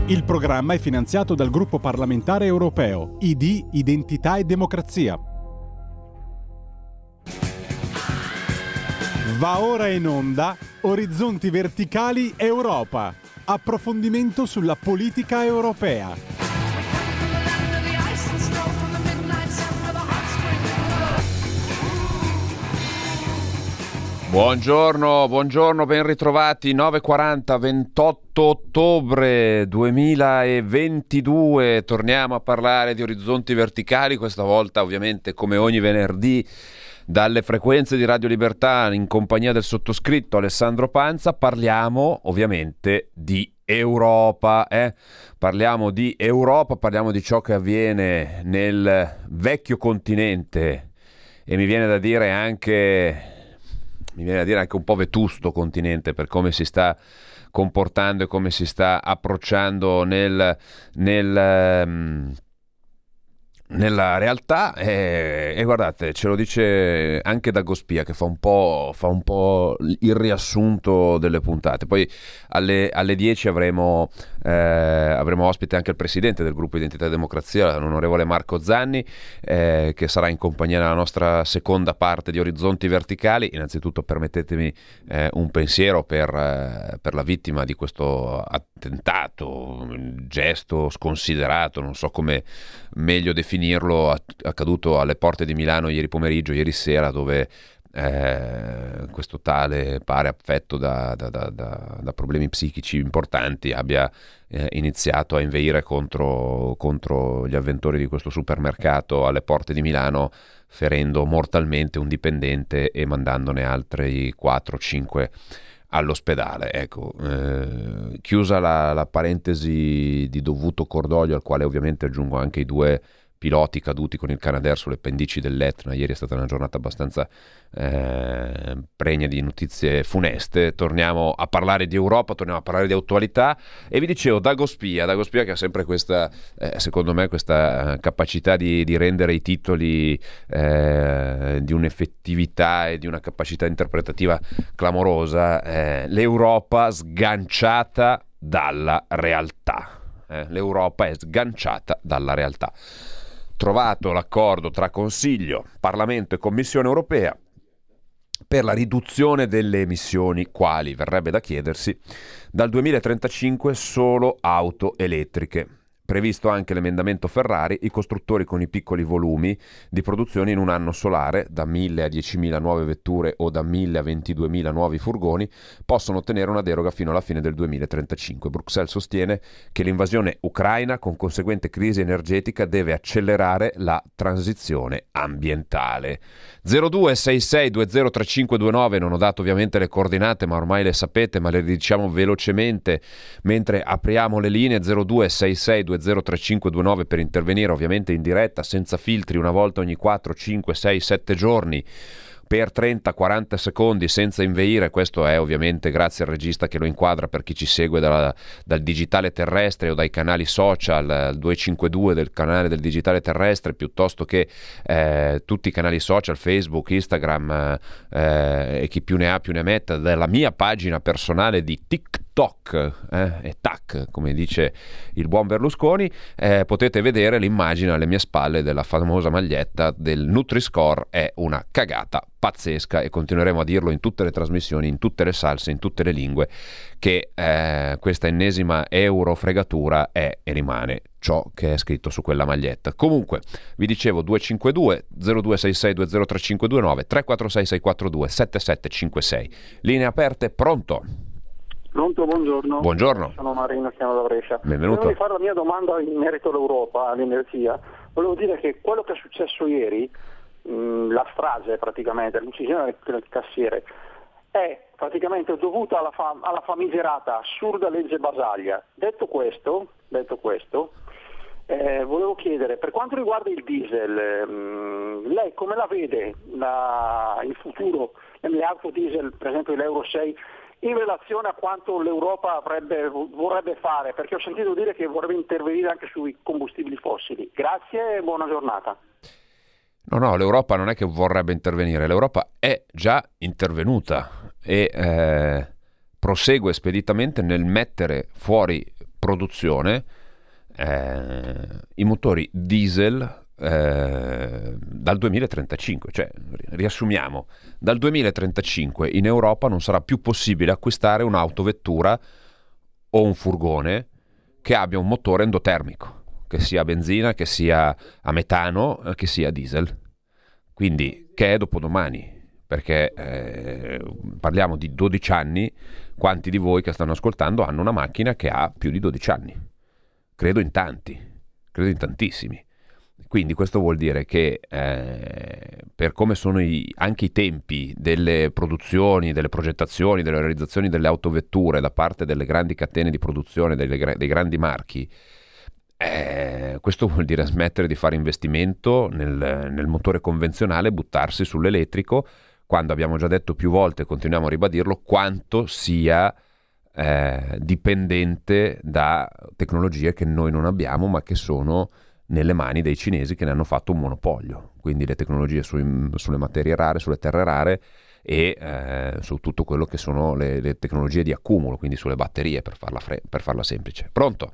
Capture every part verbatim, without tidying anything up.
Il programma è finanziato dal gruppo parlamentare europeo I D Identità e Democrazia. Va ora in onda Orizzonti Verticali Europa. Approfondimento sulla politica europea. Buongiorno, buongiorno, ben ritrovati, nove e quaranta, ventotto ottobre duemilaventidue, torniamo a parlare di Orizzonti Verticali, questa volta ovviamente come ogni venerdì dalle frequenze di Radio Libertà in compagnia del sottoscritto Alessandro Panza. Parliamo ovviamente di Europa, eh? parliamo di Europa, parliamo di ciò che avviene nel vecchio continente e mi viene da dire anche... mi viene a dire anche un po' vetusto continente per come si sta comportando e come si sta approcciando nel, nel, um, nella realtà e, e guardate, ce lo dice anche Dagospia che fa un po', fa un po' il riassunto delle puntate. Poi alle, alle dieci avremo, eh, avremo ospite anche il presidente del gruppo Identità e Democrazia, l'onorevole Marco Zanni, eh, che sarà in compagnia nella nostra seconda parte di Orizzonti Verticali. Innanzitutto permettetemi eh, un pensiero per, eh, per la vittima di questo attentato, gesto sconsiderato, non so come meglio definirlo, accaduto alle porte di Milano ieri pomeriggio, ieri sera, dove eh, questo tale, pare affetto da, da, da, da, da problemi psichici importanti, abbia eh, iniziato a inveire contro, contro gli avventori di questo supermercato alle porte di Milano, ferendo mortalmente un dipendente e mandandone altri quattro cinque all'ospedale. Ecco, eh, chiusa la, la parentesi di dovuto cordoglio, al quale ovviamente aggiungo anche i due piloti caduti con il Canadair sulle pendici dell'Etna. Ieri è stata una giornata abbastanza eh, pregna di notizie funeste. Torniamo a parlare di Europa, torniamo a parlare di attualità e vi dicevo Dagospia, Dagospia che ha sempre questa, eh, secondo me, questa capacità di, di rendere i titoli eh, di un'effettività e di una capacità interpretativa clamorosa. Eh, L'Europa sganciata dalla realtà. Eh, L'Europa è sganciata dalla realtà. Trovato l'accordo tra Consiglio, Parlamento e Commissione europea per la riduzione delle emissioni, quali, verrebbe da chiedersi, dal duemilatrentacinque solo auto elettriche. Previsto anche l'emendamento Ferrari, i costruttori con i piccoli volumi di produzione in un anno solare, da mille a diecimila nuove vetture o da mille a ventiduemila nuovi furgoni, possono ottenere una deroga fino alla fine del duemilatrentacinque. Bruxelles sostiene che l'invasione ucraina, con conseguente crisi energetica, deve accelerare la transizione ambientale. zero due sei sei due zero tre cinque due nove, non ho dato ovviamente le coordinate, ma ormai le sapete, ma le diciamo velocemente mentre apriamo le linee. Zero due sei sei due zero tre cinque due nove per intervenire ovviamente in diretta, senza filtri, una volta ogni quattro, cinque, sei, sette giorni per trenta quaranta secondi senza inveire. Questo è ovviamente grazie al regista che lo inquadra per chi ci segue dalla, dal digitale terrestre o dai canali social, duecentocinquantadue del canale del digitale terrestre, piuttosto che eh, tutti i canali social, Facebook, Instagram eh, e chi più ne ha più ne metta, dalla mia pagina personale di TikTok eh, e tac, come dice il buon Berlusconi. Eh, potete vedere l'immagine alle mie spalle della famosa maglietta del Nutri-Score. È una cagata pazzesca e continueremo a dirlo in tutte le trasmissioni, in tutte le salse, in tutte le lingue, che eh, questa ennesima eurofregatura è e rimane ciò che è scritto su quella maglietta. Comunque vi dicevo duecentocinquantadue zero due sei sei due zero tre cinque due nove, tre quattro sei sei quattro due sette sette cinque sei. Linee aperte, pronto? Pronto, buongiorno. Buongiorno. Sono Marino, chiamo da Brescia. Benvenuto. Volevo fare la mia domanda in merito all'Europa, all'energia. Volevo dire che quello che è successo ieri, mh, la strage praticamente, l'uccisione del cassiere, è praticamente dovuta alla, fam- alla famigerata assurda legge Basaglia. Detto questo, detto questo eh, volevo chiedere, per quanto riguarda il diesel, mh, lei come la vede la, il futuro nelle auto diesel, per esempio l'Euro sei, in relazione a quanto l'Europa avrebbe, vorrebbe fare, perché ho sentito dire che vorrebbe intervenire anche sui combustibili fossili. Grazie e buona giornata. No, no, l'Europa non è che vorrebbe intervenire, l'Europa è già intervenuta e eh, prosegue speditamente nel mettere fuori produzione, eh, i motori diesel eh, dal duemilatrentacinque, cioè riassumiamo, dal duemilatrentacinque in Europa non sarà più possibile acquistare un'autovettura o un furgone che abbia un motore endotermico, che sia a benzina, che sia a metano, che sia a diesel. Quindi che è dopodomani, perché eh, parliamo di dodici anni. Quanti di voi che stanno ascoltando hanno una macchina che ha più di dodici anni? Credo in tanti, credo in tantissimi. Quindi questo vuol dire che eh, per come sono i, anche i tempi delle produzioni, delle progettazioni, delle realizzazioni delle autovetture da parte delle grandi catene di produzione, delle, dei grandi marchi, eh, questo vuol dire smettere di fare investimento nel, nel motore convenzionale e buttarsi sull'elettrico, quando abbiamo già detto più volte, continuiamo a ribadirlo, quanto sia eh, dipendente da tecnologie che noi non abbiamo ma che sono nelle mani dei cinesi, che ne hanno fatto un monopolio. Quindi le tecnologie sui, sulle materie rare, sulle terre rare e eh, su tutto quello che sono le, le tecnologie di accumulo, quindi sulle batterie, per farla, fre- per farla semplice. Pronto?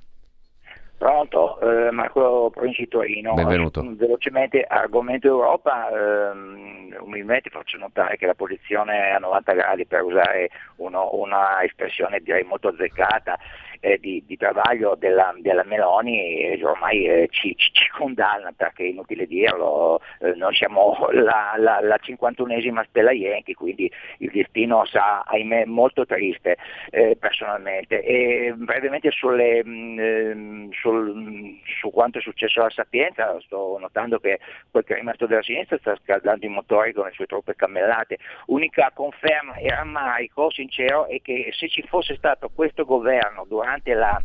Pronto, eh, Marco Provinci Torino. Benvenuto. Velocemente, argomento Europa, ehm, umilmente faccio notare che la posizione a novanta gradi, per usare uno, una espressione direi molto azzeccata, eh, di, di travaglio della, della Meloni eh, ormai eh, ci, ci, ci condanna, perché è inutile dirlo, eh, noi siamo la, la, la cinquantunesima stella Yankee, quindi il destino sarà ahimè molto triste eh, personalmente. E brevemente sulle, mh, sul, su quanto è successo alla Sapienza, sto notando che quel che è rimasto della sinistra sta scaldando i motori con le sue troppe cammellate. Unica conferma e rammarico sincero è che se ci fosse stato questo governo durante La,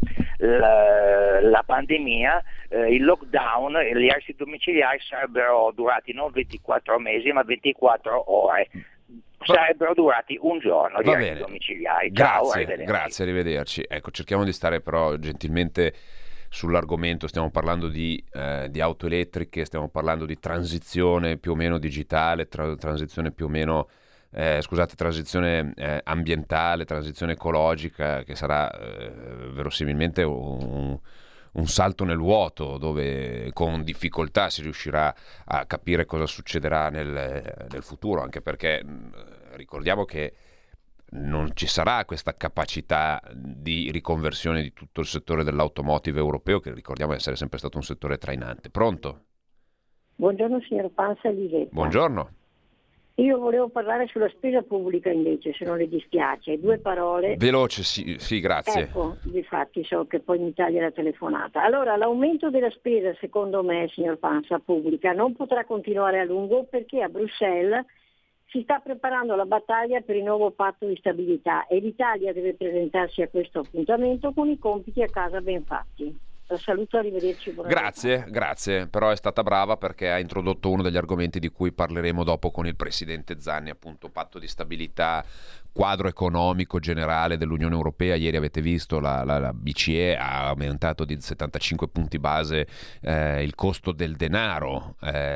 la, la pandemia, eh, il lockdown e gli arresti domiciliari sarebbero durati non ventiquattro mesi ma ventiquattro ore, sarebbero durati un giorno gli Va arresti bene. domiciliari. Ciao, Grazie, arrivederci. grazie, arrivederci. Ecco, cerchiamo di stare però gentilmente sull'argomento. Stiamo parlando di, eh, di auto elettriche, stiamo parlando di transizione più o meno digitale, tra- transizione più o meno Eh, scusate, transizione eh, ambientale, transizione ecologica, che sarà eh, verosimilmente un, un salto nel vuoto, dove con difficoltà si riuscirà a capire cosa succederà nel, nel futuro, anche perché mh, ricordiamo che non ci sarà questa capacità di riconversione di tutto il settore dell'automotive europeo, che ricordiamo essere sempre stato un settore trainante. Pronto? Buongiorno signor Panza Lisetta. Buongiorno. Io volevo parlare sulla spesa pubblica invece, se non le dispiace. Due parole. Veloce, sì, sì, grazie. Ecco, difatti so che poi mi taglia la telefonata. Allora, l'aumento della spesa, secondo me, signor Panza, pubblica, non potrà continuare a lungo, perché a Bruxelles si sta preparando la battaglia per il nuovo patto di stabilità e l'Italia deve presentarsi a questo appuntamento con i compiti a casa ben fatti. La saluto, arrivederci. Grazie, grazie, però è stata brava perché ha introdotto uno degli argomenti di cui parleremo dopo con il Presidente Zanni, appunto patto di stabilità, quadro economico generale dell'Unione Europea. Ieri avete visto la, la, la B C E ha aumentato di settantacinque punti base eh, il costo del denaro,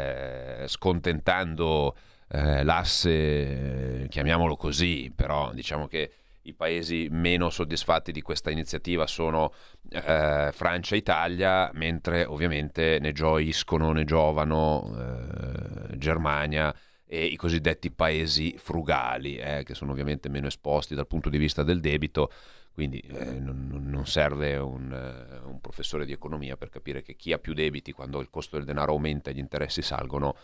eh, scontentando eh, l'asse, chiamiamolo così, però diciamo che i paesi meno soddisfatti di questa iniziativa sono eh, Francia e Italia, mentre ovviamente ne gioiscono, ne giovano eh, Germania e i cosiddetti paesi frugali, eh, che sono ovviamente meno esposti dal punto di vista del debito. Quindi eh, non, non serve un, uh, un professore di economia per capire che chi ha più debiti quando il costo del denaro aumenta e gli interessi salgono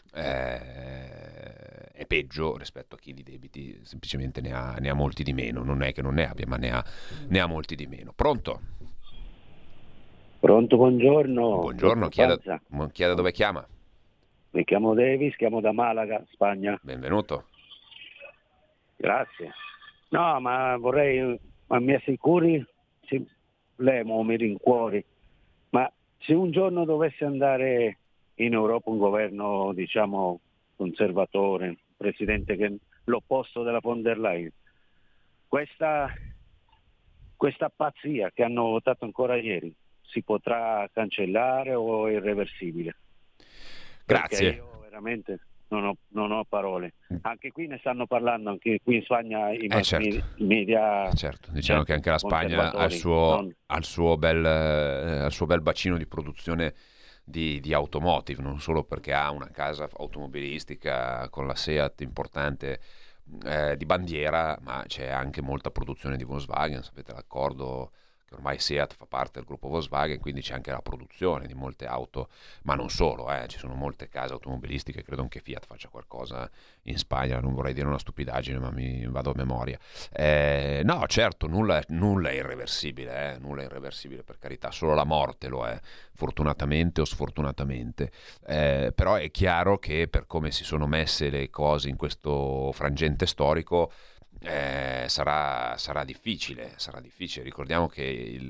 eh, è peggio rispetto a chi di debiti semplicemente ne ha, ne ha molti di meno. Non è che non ne abbia, ma ne ha, ne ha molti di meno. Pronto? Pronto, buongiorno. Buongiorno, chieda, chieda dove chiama. Mi chiamo Davis, chiamo da Malaga, Spagna. Benvenuto. Grazie. No, ma vorrei... Ma mi assicuri, sì, lei mi rincuori, ma se un giorno dovesse andare in Europa un governo, diciamo, conservatore, un presidente che l'opposto della von der Leyen, questa, questa pazzia che hanno votato ancora ieri si potrà cancellare o è irreversibile? Grazie. Perché io veramente non ho, non ho parole. Anche qui ne stanno parlando, anche qui in Spagna i eh, certo. media. Eh, certo, diciamo che anche la Spagna ha il suo, non... ha il suo, bel, eh, ha il suo bel bacino di produzione di, di automotive, non solo perché ha una casa automobilistica con la Seat importante eh, di bandiera, ma c'è anche molta produzione di Volkswagen, sapete l'accordo che ormai Seat fa parte del gruppo Volkswagen, quindi c'è anche la produzione di molte auto, ma non solo, eh, ci sono molte case automobilistiche, credo anche Fiat faccia qualcosa in Spagna, non vorrei dire una stupidaggine, ma mi vado a memoria. Eh, no, certo, nulla, nulla è irreversibile, eh, nulla è irreversibile, per carità, solo la morte lo è, fortunatamente o sfortunatamente. Eh, però è chiaro che per come si sono messe le cose in questo frangente storico, Eh, sarà, sarà difficile, sarà difficile. Ricordiamo che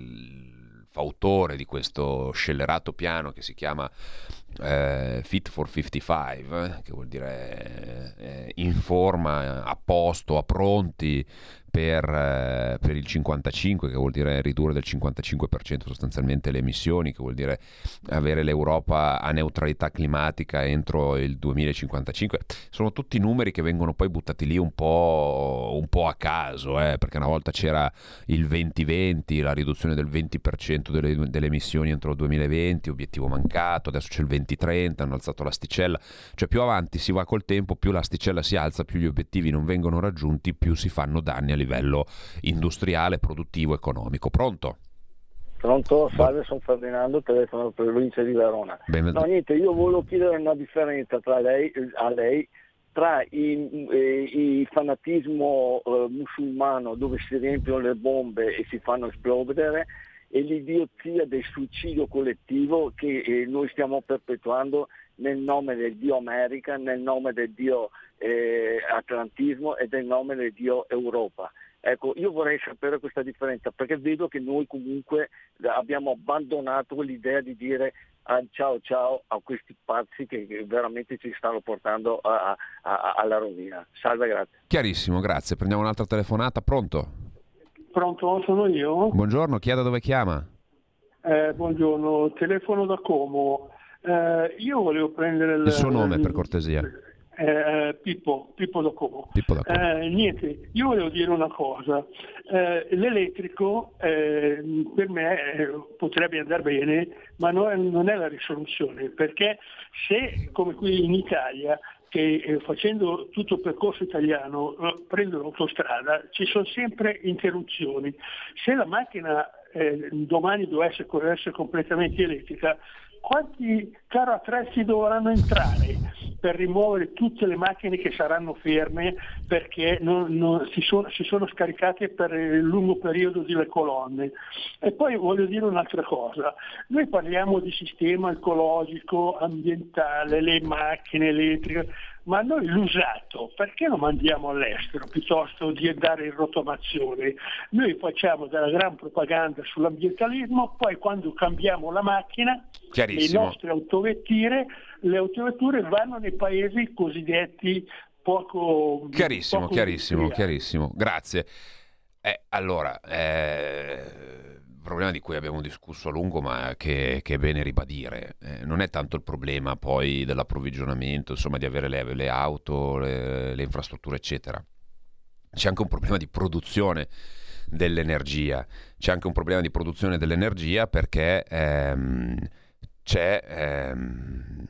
il fautore di questo scellerato piano che si chiama eh, Fit for cinquantacinque, eh, che vuol dire eh, in forma, a posto, a pronti per, eh, per il cinquantacinque, che vuol dire ridurre del cinquantacinque per cento sostanzialmente le emissioni, che vuol dire avere l'Europa a neutralità climatica entro il duemilacinquantacinque. Sono tutti numeri che vengono poi buttati lì un po', un po' a caso, eh, perché una volta c'era il venti venti, la riduzione del venti per cento delle, delle emissioni entro il duemilaventi, obiettivo mancato, adesso c'è il venti trenta, hanno alzato l'asticella, cioè più avanti si va col tempo, più l'asticella si alza, più gli obiettivi non vengono raggiunti, più si fanno danni a livello industriale, produttivo, economico. Pronto? Pronto, salve, sono Ferdinando, telefono per provincia di Verona. Benvenuto. No, niente, io volevo chiedere una differenza tra lei, a lei tra il eh, fanatismo eh, musulmano, dove si riempiono le bombe e si fanno esplodere, e l'idiozia del suicidio collettivo che eh, noi stiamo perpetuando nel nome del Dio America, nel nome del Dio eh, Atlantismo e nel nome del Dio Europa. Ecco, io vorrei sapere questa differenza, perché vedo che noi comunque abbiamo abbandonato l'idea di dire ah, ciao ciao a questi pazzi che, che veramente ci stanno portando a, a, a, alla rovina. Salve, grazie. Chiarissimo, grazie. Prendiamo un'altra telefonata. Pronto? Pronto, sono io. Buongiorno, chi è, da dove chiama? Eh, buongiorno, telefono da Como. Eh, io volevo prendere il, il suo nome, per cortesia. Eh, Pippo, Pippo da Como. Pippo da Como. Eh, niente, io volevo dire una cosa. Eh, l'elettrico eh, per me eh, potrebbe andare bene, ma no, non è la risoluzione, perché se come qui in Italia che eh, facendo tutto il percorso italiano eh, prendo l'autostrada, ci sono sempre interruzioni. Se la macchina eh, domani dovesse essere completamente elettrica, quanti carro attrezzi dovranno entrare per rimuovere tutte le macchine che saranno ferme perché non, non, si, sono, si sono scaricate per il lungo periodo delle colonne? E poi voglio dire un'altra cosa, noi parliamo di sistema ecologico, ambientale, le macchine elettriche, ma noi l'usato perché lo mandiamo all'estero piuttosto di andare in rottamazione? Noi facciamo della gran propaganda sull'ambientalismo, poi quando cambiamo la macchina, le nostre autovetture, le autovetture vanno nei paesi cosiddetti poco... Chiarissimo, poco chiarissimo, chiarissimo. Grazie. Eh, allora, eh... problema di cui abbiamo discusso a lungo, ma che, che è bene ribadire, eh, non è tanto il problema poi dell'approvvigionamento, insomma di avere le, le auto, le, le infrastrutture eccetera, c'è anche un problema di produzione dell'energia, c'è anche un problema di produzione dell'energia perché ehm, c'è ehm,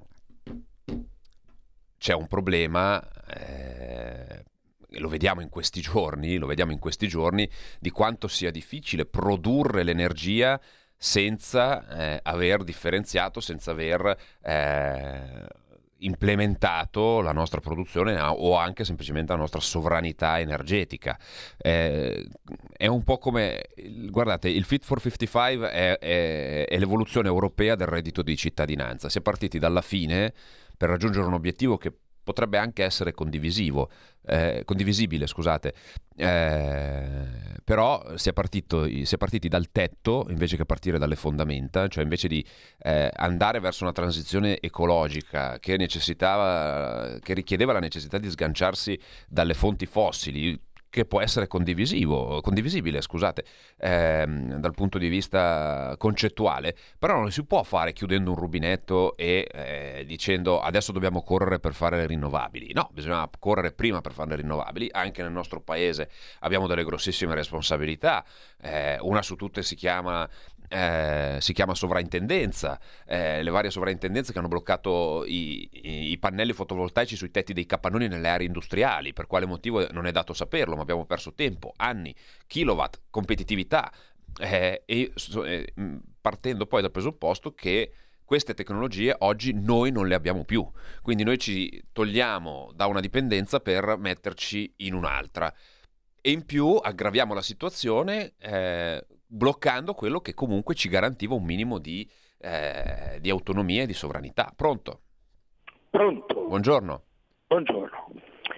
c'è un problema eh, lo vediamo in questi giorni, lo vediamo in questi giorni di quanto sia difficile produrre l'energia senza eh, aver differenziato, senza aver eh, implementato la nostra produzione o anche semplicemente la nostra sovranità energetica. Eh, è un po' come, guardate, il Fit for cinquantacinque è, è, è l'evoluzione europea del reddito di cittadinanza. Si è partiti dalla fine per raggiungere un obiettivo che potrebbe anche essere condivisivo, eh, condivisibile, scusate, eh, però si è, partito, si è partiti dal tetto invece che partire dalle fondamenta, cioè invece di eh, andare verso una transizione ecologica che necessitava, che richiedeva la necessità di sganciarsi dalle fonti fossili, che può essere condivisivo, condivisibile, scusate, ehm, dal punto di vista concettuale, però non si può fare chiudendo un rubinetto e eh, dicendo adesso dobbiamo correre per fare le rinnovabili. No, bisogna correre prima per fare le rinnovabili. Anche nel nostro paese abbiamo delle grossissime responsabilità, eh, una su tutte si chiama Eh, si chiama sovrintendenza, eh, le varie sovrintendenze che hanno bloccato i, i, i pannelli fotovoltaici sui tetti dei capannoni nelle aree industriali. Per quale motivo non è dato saperlo, ma abbiamo perso tempo, anni, kilowatt, competitività, eh, e eh, partendo poi dal presupposto che queste tecnologie oggi noi non le abbiamo più, quindi noi ci togliamo da una dipendenza per metterci in un'altra, e in più aggraviamo la situazione eh, bloccando quello che comunque ci garantiva un minimo di, eh, di autonomia e di sovranità. Pronto? Pronto. Buongiorno. Buongiorno.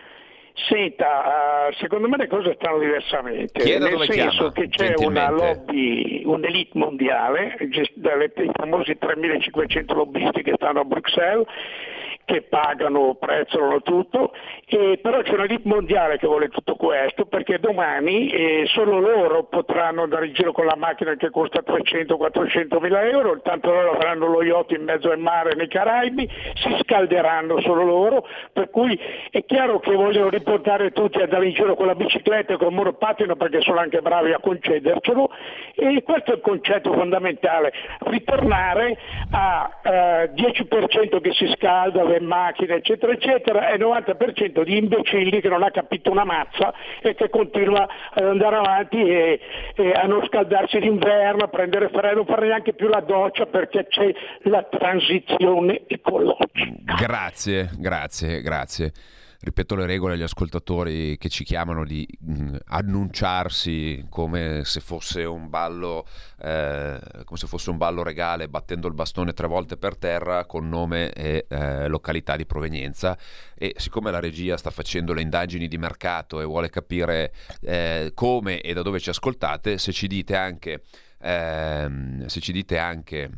Senta, uh, secondo me le cose stanno diversamente, Chieda nel dove senso chiama, che c'è gentilmente. una lobby, un'elite mondiale, gest- dalle, i famosi tremilacinquecento lobbisti che stanno a Bruxelles, che pagano, prezzolano tutto, e però c'è un'elite mondiale che vuole tutto questo, perché domani eh, solo loro potranno andare in giro con la macchina che costa trecento quattrocento mila euro, tanto loro avranno lo yacht in mezzo al mare nei Caraibi, si scalderanno solo loro, per cui è chiaro che vogliono riportare tutti ad andare in giro con la bicicletta e con il monopattino, perché sono anche bravi a concedercelo, e questo è il concetto fondamentale, ritornare a eh, dieci per cento che si scalda, le macchine eccetera eccetera, e novanta per cento di imbecilli che non ha capito una mazza e che continua ad andare avanti e, e a non scaldarsi d'inverno, a prendere freddo, non fare neanche più la doccia perché c'è la transizione ecologica. Grazie, grazie, grazie. Ripeto le regole agli ascoltatori che ci chiamano di mh, annunciarsi come se fosse un ballo eh, come se fosse un ballo regale, battendo il bastone tre volte per terra con nome e eh, località di provenienza. E siccome la regia sta facendo le indagini di mercato e vuole capire eh, come e da dove ci ascoltate, se ci dite anche ehm, se ci dite anche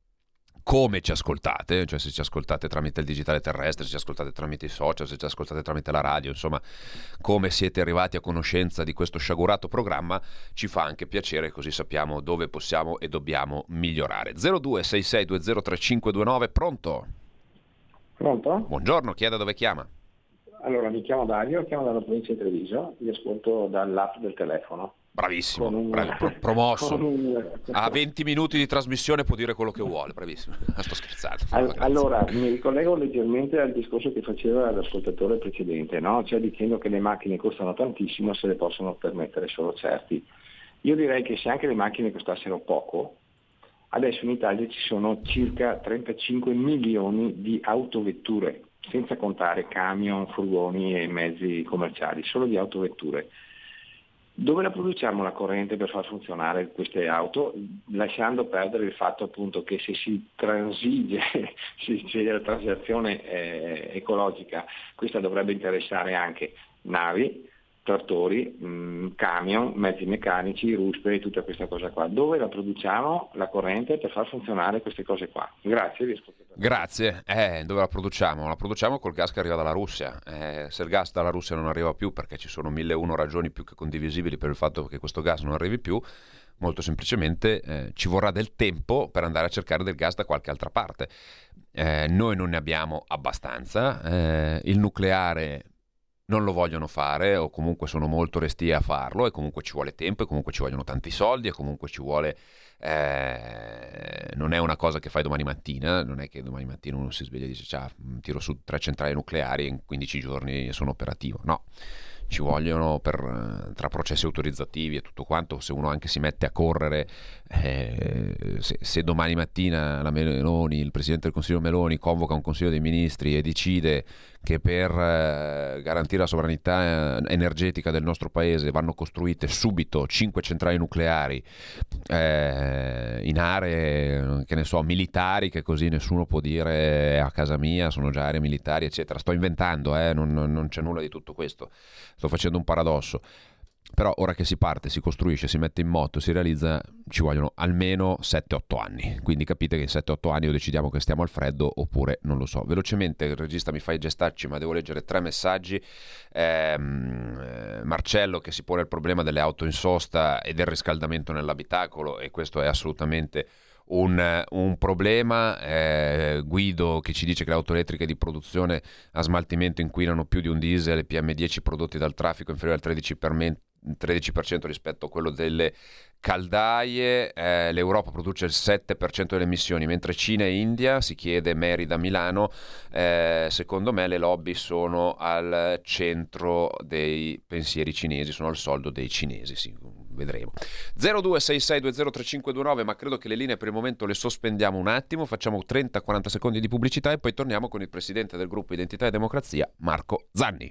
come ci ascoltate, cioè se ci ascoltate tramite il digitale terrestre, se ci ascoltate tramite i social, se ci ascoltate tramite la radio, insomma, come siete arrivati a conoscenza di questo sciagurato programma, ci fa anche piacere, così sappiamo dove possiamo e dobbiamo migliorare. zero due sei sei due zero tre cinque due nove, pronto? Pronto? Buongiorno, chi è, da dove chiama? Allora, mi chiamo Dario, chiamo dalla provincia di Treviso, vi ascolto dall'app del telefono. Bravissimo, un... bravi, pro- promosso. Un... A venti minuti di trasmissione può dire quello che vuole, bravissimo. Sto scherzando. All- allora, mi ricollego leggermente al discorso che faceva l'ascoltatore precedente, no? Cioè dicendo che le macchine costano tantissimo, se le possono permettere solo certi. Io direi che se anche le macchine costassero poco, adesso in Italia ci sono circa trentacinque milioni di autovetture, senza contare camion, furgoni e mezzi commerciali, solo di autovetture. Dove la produciamo la corrente per far funzionare queste auto, lasciando perdere il fatto appunto che se si transige, se c'è la transizione eh, ecologica, questa dovrebbe interessare anche navi, trattori, mh, camion, mezzi meccanici, rusperi, tutta questa cosa qua. Dove la produciamo la corrente per far funzionare queste cose qua? Grazie, vi ascolto. Grazie. Eh, dove la produciamo? La produciamo col gas che arriva dalla Russia. Eh, se il gas dalla Russia non arriva più, perché ci sono mille e uno ragioni più che condivisibili per il fatto che questo gas non arrivi più, molto semplicemente eh, ci vorrà del tempo per andare a cercare del gas da qualche altra parte. Eh, noi non ne abbiamo abbastanza. Eh, il nucleare non lo vogliono fare, o comunque sono molto restii a farlo, e comunque ci vuole tempo, e comunque ci vogliono tanti soldi, e comunque ci vuole eh, non è una cosa che fai domani mattina, non è che domani mattina uno si sveglia e dice ciao, tiro su tre centrali nucleari e in quindici giorni sono operativo. No, ci vogliono per, tra processi autorizzativi e tutto quanto. Se uno anche si mette a correre, eh, se, se domani mattina la Meloni, il Presidente del Consiglio Meloni convoca un Consiglio dei Ministri e decide che per eh, garantire la sovranità energetica del nostro paese vanno costruite subito cinque centrali nucleari eh, in aree, che ne so, militari, che così nessuno può dire a casa mia sono già aree militari eccetera. Sto inventando, eh, non, non c'è nulla di tutto questo, sto facendo un paradosso. Però ora che si parte, si costruisce, si mette in moto, si realizza, ci vogliono almeno sette otto anni. Quindi capite che in sette otto anni o decidiamo che stiamo al freddo oppure non lo so. Velocemente, il regista mi fa i gestacci, ma devo leggere tre messaggi. Ehm, Marcello che si pone il problema delle auto in sosta e del riscaldamento nell'abitacolo, e questo è assolutamente un, un problema. eh, Guido che ci dice che le auto elettriche di produzione a smaltimento inquinano più di un diesel e P M dieci prodotti dal traffico inferiore al tredici per cento tredici per cento rispetto a quello delle caldaie. eh, L'Europa produce il sette per cento delle emissioni, mentre Cina e India, si chiede Mary da Milano. Eh, secondo me le lobby sono al centro dei pensieri cinesi, sono al soldo dei cinesi, sì, vedremo. zero due sei sei due zero tre cinque due nove, ma credo che le linee per il momento le sospendiamo un attimo, facciamo trenta quaranta secondi di pubblicità e poi torniamo con il presidente del gruppo Identità e Democrazia, Marco Zanni.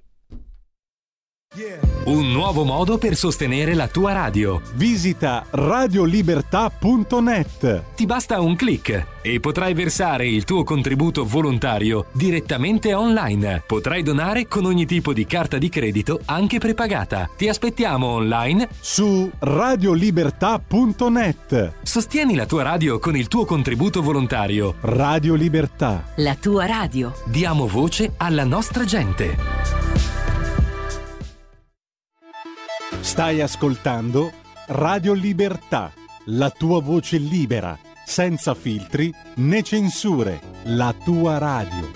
Un nuovo modo per sostenere la tua radio. Visita radiolibertà punto net. Ti basta un click e potrai versare il tuo contributo volontario direttamente online. Potrai donare con ogni tipo di carta di credito, anche prepagata. Ti aspettiamo online su radiolibertà punto net. Sostieni la tua radio con il tuo contributo volontario. Radio Libertà. La tua radio. Diamo voce alla nostra gente. Stai ascoltando Radio Libertà, la tua voce libera, senza filtri né censure, la tua radio.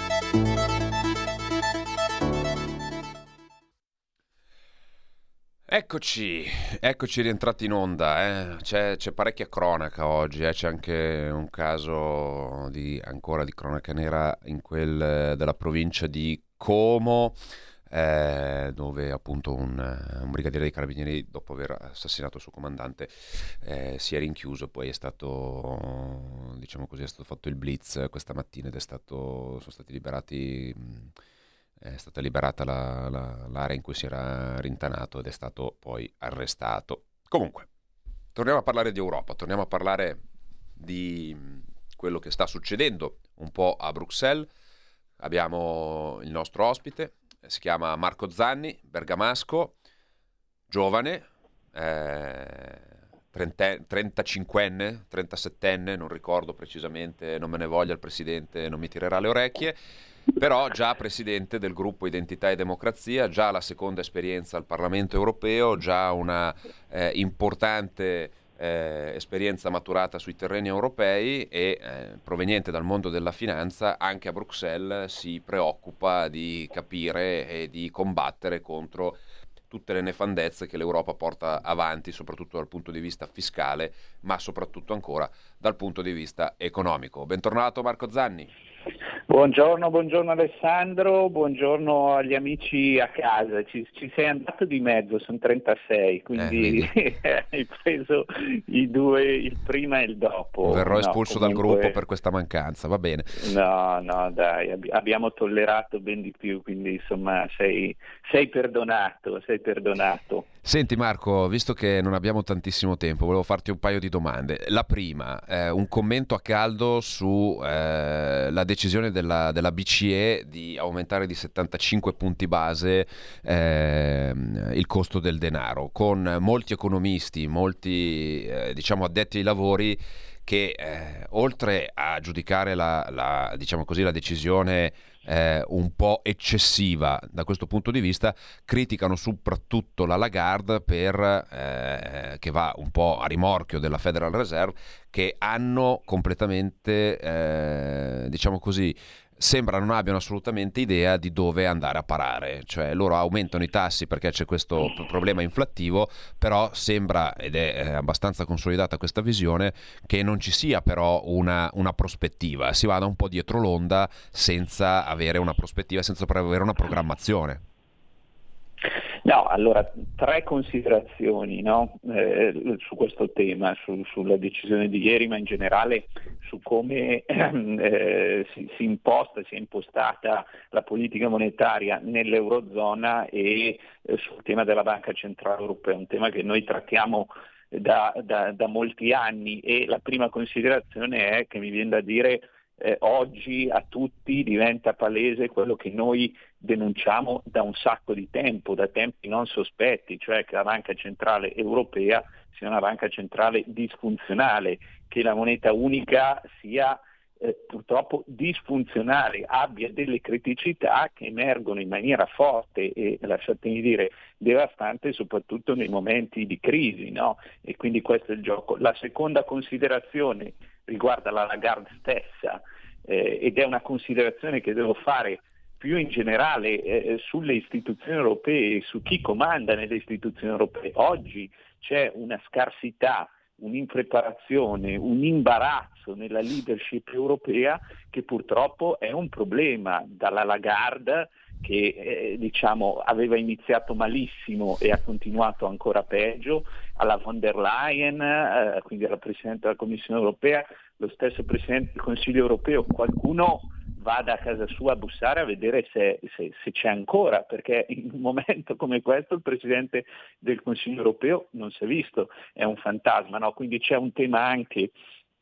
Eccoci, eccoci rientrati in onda, eh. c'è, c'è parecchia cronaca oggi, eh. C'è anche un caso di, ancora di cronaca nera in quel della provincia di Como. Eh, dove appunto un, un brigadiere dei carabinieri, dopo aver assassinato il suo comandante, eh, si è rinchiuso. Poi è stato, diciamo così, è stato fatto il blitz questa mattina ed è stato, sono stati liberati, è stata liberata la, la, l'area in cui si era rintanato ed è stato poi arrestato. Comunque, torniamo a parlare di Europa, torniamo a parlare di quello che sta succedendo un po' a Bruxelles. Abbiamo il nostro ospite, si chiama Marco Zanni, bergamasco, giovane, eh, trenta, trentacinquenne, trentasettenne, non ricordo precisamente, non me ne voglia il presidente, non mi tirerà le orecchie, però già presidente del gruppo Identità e Democrazia, già la seconda esperienza al Parlamento europeo, già una eh, importante Eh, esperienza maturata sui terreni europei e eh, proveniente dal mondo della finanza. Anche a Bruxelles si preoccupa di capire e di combattere contro tutte le nefandezze che l'Europa porta avanti, soprattutto dal punto di vista fiscale, ma soprattutto ancora dal punto di vista economico. Bentornato Marco Zanni. Buongiorno, buongiorno Alessandro, buongiorno agli amici a casa. Ci, ci sei andato di mezzo, sono trentasei, quindi eh, hai preso i due, il prima e il dopo. Verrò no, espulso comunque... dal gruppo per questa mancanza, va bene. No, no, dai, ab- abbiamo tollerato ben di più, quindi insomma sei, sei perdonato, sei perdonato. Senti Marco, visto che non abbiamo tantissimo tempo, volevo farti un paio di domande. La prima, eh, un commento a caldo su eh, la decisione della, della B C E di aumentare di settantacinque punti base eh, il costo del denaro, con molti economisti, molti eh, diciamo addetti ai lavori che eh, oltre a giudicare la, la, diciamo così, la decisione eh, un po' eccessiva da questo punto di vista, criticano soprattutto la Lagarde per, eh, che va un po' a rimorchio della Federal Reserve, che hanno completamente, eh, diciamo così, sembra non abbiano assolutamente idea di dove andare a parare. Cioè loro aumentano i tassi perché c'è questo problema inflattivo, però sembra, ed è abbastanza consolidata questa visione, che non ci sia però una, una prospettiva, si vada un po' dietro l'onda senza avere una prospettiva, senza avere una programmazione. No, allora tre considerazioni, no? eh, su questo tema, su, sulla decisione di ieri, ma in generale su come eh, si, si imposta, si è impostata la politica monetaria nell'Eurozona e eh, sul tema della Banca Centrale Europea, un tema che noi trattiamo da, da, da molti anni. E la prima considerazione è che mi viene da dire eh, oggi a tutti diventa palese quello che noi denunciamo da un sacco di tempo, da tempi non sospetti, cioè che la Banca Centrale Europea sia una banca centrale disfunzionale, che la moneta unica sia eh, purtroppo disfunzionale, abbia delle criticità che emergono in maniera forte e, lasciatemi dire, devastante, soprattutto nei momenti di crisi, no? E quindi questo è il gioco. La seconda considerazione riguarda la Lagarde stessa, eh, ed è una considerazione che devo fare più in generale eh, sulle istituzioni europee e su chi comanda nelle istituzioni europee. Oggi c'è una scarsità, un'impreparazione, un imbarazzo nella leadership europea che purtroppo è un problema, dalla Lagarde che eh, diciamo aveva iniziato malissimo e ha continuato ancora peggio, alla von der Leyen, eh, quindi alla Presidente della Commissione europea, lo stesso Presidente del Consiglio europeo. Qualcuno vada a casa sua a bussare a vedere se, se, se c'è ancora, perché in un momento come questo il Presidente del Consiglio europeo non si è visto, è un fantasma, no? Quindi c'è un tema anche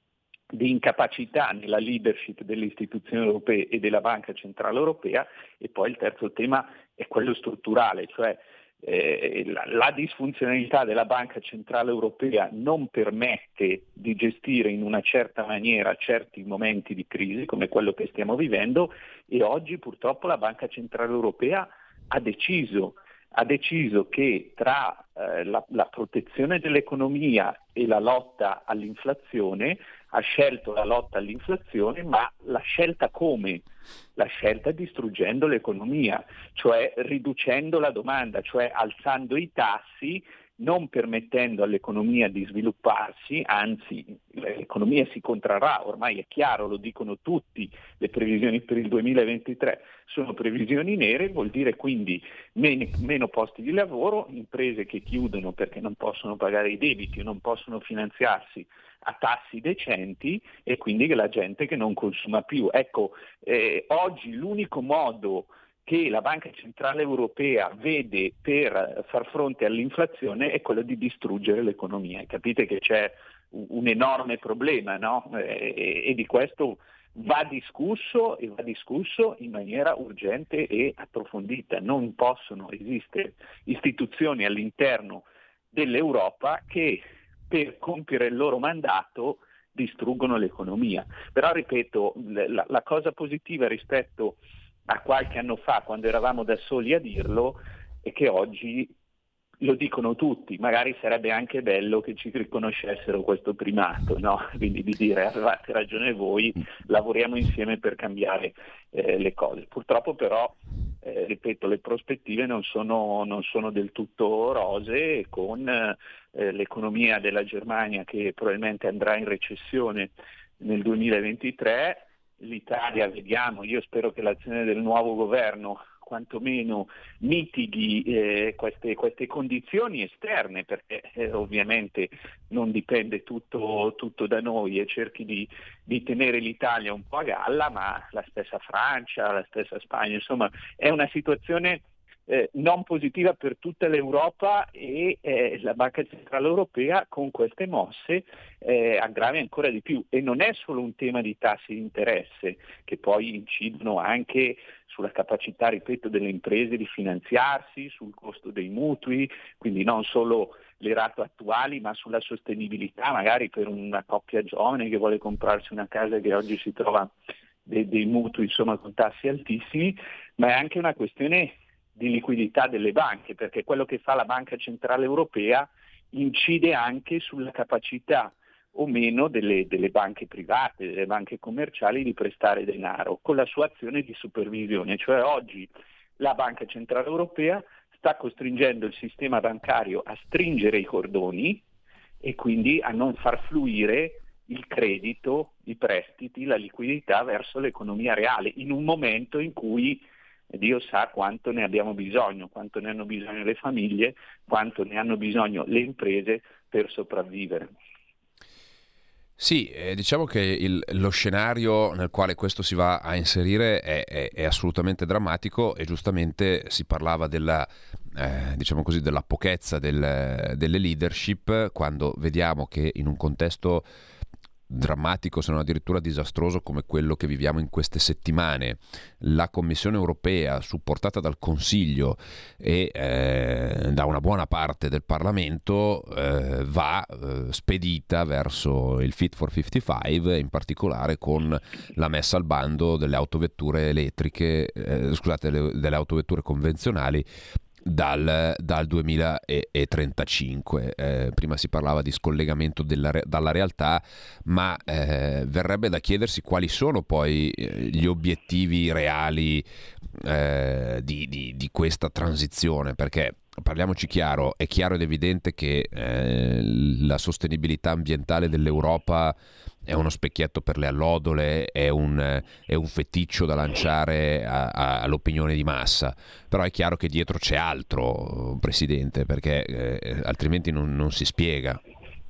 di incapacità nella leadership delle istituzioni europee e della Banca Centrale Europea, e poi il terzo tema è quello strutturale, cioè eh, la, la disfunzionalità della Banca Centrale Europea non permette di gestire in una certa maniera certi momenti di crisi come quello che stiamo vivendo, e oggi purtroppo la Banca Centrale Europea ha deciso ha deciso che tra eh, la, la protezione dell'economia e la lotta all'inflazione ha scelto la lotta all'inflazione, ma la scelta come? La scelta distruggendo l'economia, cioè riducendo la domanda, cioè alzando i tassi, non permettendo all'economia di svilupparsi, anzi l'economia si contrarrà, ormai è chiaro, lo dicono tutti, le previsioni per il duemilaventitré sono previsioni nere, vuol dire quindi meno, meno posti di lavoro, imprese che chiudono perché non possono pagare i debiti o non possono finanziarsi a tassi decenti, e quindi la gente che non consuma più. Ecco, eh, oggi l'unico modo che la Banca Centrale Europea vede per far fronte all'inflazione è quello di distruggere l'economia. Capite che c'è un enorme problema, no? E, e di questo va discusso e va discusso in maniera urgente e approfondita. Non possono esistere istituzioni all'interno dell'Europa che per compiere il loro mandato distruggono l'economia. Però ripeto, la, la cosa positiva rispetto a qualche anno fa, quando eravamo da soli a dirlo, è che oggi lo dicono tutti. Magari sarebbe anche bello che ci riconoscessero questo primato, no? Quindi di dire avevate ragione voi, lavoriamo insieme per cambiare eh, le cose. Purtroppo però, eh, ripeto, le prospettive non sono, non sono del tutto rosee, con eh, l'economia della Germania che probabilmente andrà in recessione nel duemilaventitré. L'Italia, vediamo, io spero che l'azione del nuovo governo quantomeno mitighi eh, queste, queste condizioni esterne, perché eh, ovviamente non dipende tutto, tutto da noi, e cerchi di, di tenere l'Italia un po' a galla, ma la stessa Francia, la stessa Spagna, insomma è una situazione Eh, non positiva per tutta l'Europa, e eh, la Banca Centrale Europea con queste mosse eh, aggrava ancora di più. E non è solo un tema di tassi di interesse, che poi incidono anche sulla capacità, ripeto, delle imprese di finanziarsi, sul costo dei mutui, quindi non solo le rate attuali, ma sulla sostenibilità, magari per una coppia giovane che vuole comprarsi una casa che oggi si trova dei, dei mutui, insomma, con tassi altissimi, ma è anche una questione di liquidità delle banche, perché quello che fa la Banca Centrale Europea incide anche sulla capacità o meno delle, delle banche private, delle banche commerciali di prestare denaro, con la sua azione di supervisione. Cioè oggi la Banca Centrale Europea sta costringendo il sistema bancario a stringere i cordoni e quindi a non far fluire il credito, i prestiti, la liquidità verso l'economia reale, in un momento in cui Dio sa quanto ne abbiamo bisogno, quanto ne hanno bisogno le famiglie, quanto ne hanno bisogno le imprese per sopravvivere. Sì, eh, diciamo che il, lo scenario nel quale questo si va a inserire è, è, è assolutamente drammatico, e giustamente si parlava della, eh, diciamo così, della pochezza del, delle leadership, quando vediamo che in un contesto drammatico, se non addirittura disastroso, come quello che viviamo in queste settimane. La Commissione europea, supportata dal Consiglio e eh, da una buona parte del Parlamento, eh, va eh, spedita verso il Fit for cinquantacinque, in particolare con la messa al bando delle autovetture elettriche, eh, scusate, le, delle autovetture convenzionali Dal, dal duemilatrentacinque. Eh, prima si parlava di scollegamento della, dalla realtà, ma eh, verrebbe da chiedersi quali sono poi eh, gli obiettivi reali eh, di, di, di questa transizione, perché parliamoci chiaro, è chiaro ed evidente che eh, la sostenibilità ambientale dell'Europa è uno specchietto per le allodole, è un, è un feticcio da lanciare a, a, all'opinione di massa, però è chiaro che dietro c'è altro, Presidente, perché eh, altrimenti non, non si spiega.